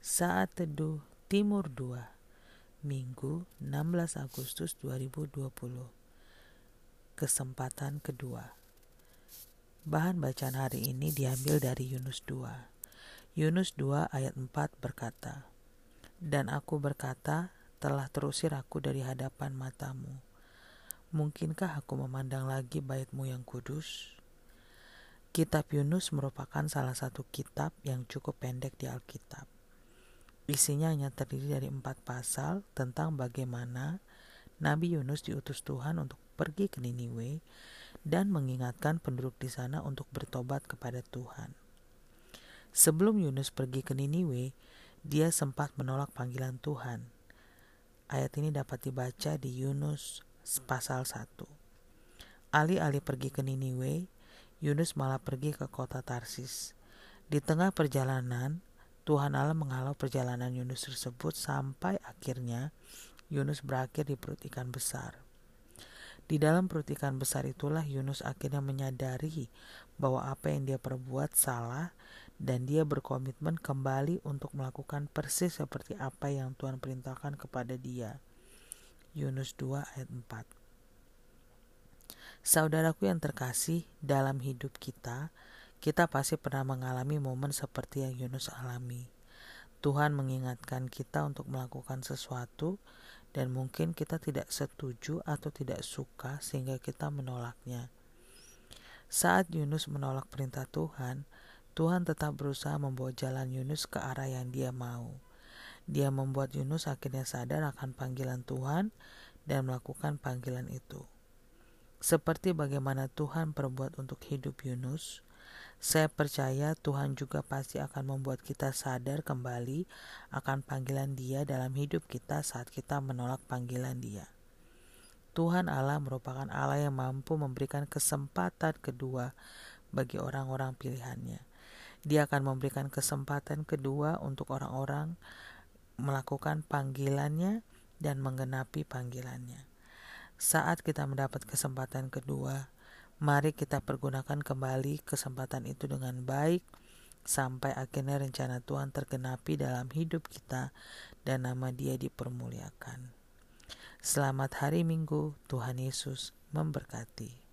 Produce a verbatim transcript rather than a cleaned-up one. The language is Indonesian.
Saat Teduh Timur dua, Minggu enam belas Agustus dua ribu dua puluh. Kesempatan kedua. Bahan bacaan hari ini diambil dari Yunus dua. Yunus dua ayat empat berkata, "Dan aku berkata, telah terusir aku dari hadapan matamu. Mungkinkah aku memandang lagi bait-mu yang kudus?" Kitab Yunus merupakan salah satu kitab yang cukup pendek di Alkitab. Isinya hanya terdiri dari empat pasal tentang bagaimana Nabi Yunus diutus Tuhan untuk pergi ke Niniwe dan mengingatkan penduduk di sana untuk bertobat kepada Tuhan. Sebelum Yunus pergi ke Niniwe, dia sempat menolak panggilan Tuhan. Ayat ini dapat dibaca di Yunus pasal satu. Alih-alih pergi ke Niniwe, Yunus malah pergi ke kota Tarsis. Di tengah perjalanan, Tuhan Allah menghalau perjalanan Yunus tersebut sampai akhirnya Yunus berakhir di perut ikan besar. Di dalam perut ikan besar itulah Yunus akhirnya menyadari bahwa apa yang dia perbuat salah dan dia berkomitmen kembali untuk melakukan persis seperti apa yang Tuhan perintahkan kepada dia. Yunus dua ayat empat. Saudaraku yang terkasih, dalam hidup kita, kita pasti pernah mengalami momen seperti yang Yunus alami. Tuhan mengingatkan kita untuk melakukan sesuatu dan mungkin kita tidak setuju atau tidak suka sehingga kita menolaknya. Saat Yunus menolak perintah Tuhan, Tuhan tetap berusaha membawa jalan Yunus ke arah yang dia mau. Dia membuat Yunus akhirnya sadar akan panggilan Tuhan dan melakukan panggilan itu. Seperti bagaimana Tuhan perbuat untuk hidup Yunus, saya percaya Tuhan juga pasti akan membuat kita sadar kembali akan panggilan Dia dalam hidup kita saat kita menolak panggilan Dia. Tuhan Allah merupakan Allah yang mampu memberikan kesempatan kedua bagi orang-orang pilihannya. Dia akan memberikan kesempatan kedua untuk orang-orang melakukan panggilannya dan menggenapi panggilannya. Saat kita mendapat kesempatan kedua, mari kita pergunakan kembali kesempatan itu dengan baik sampai akhirnya rencana Tuhan tergenapi dalam hidup kita dan nama Dia dipermuliakan. Selamat hari Minggu, Tuhan Yesus memberkati.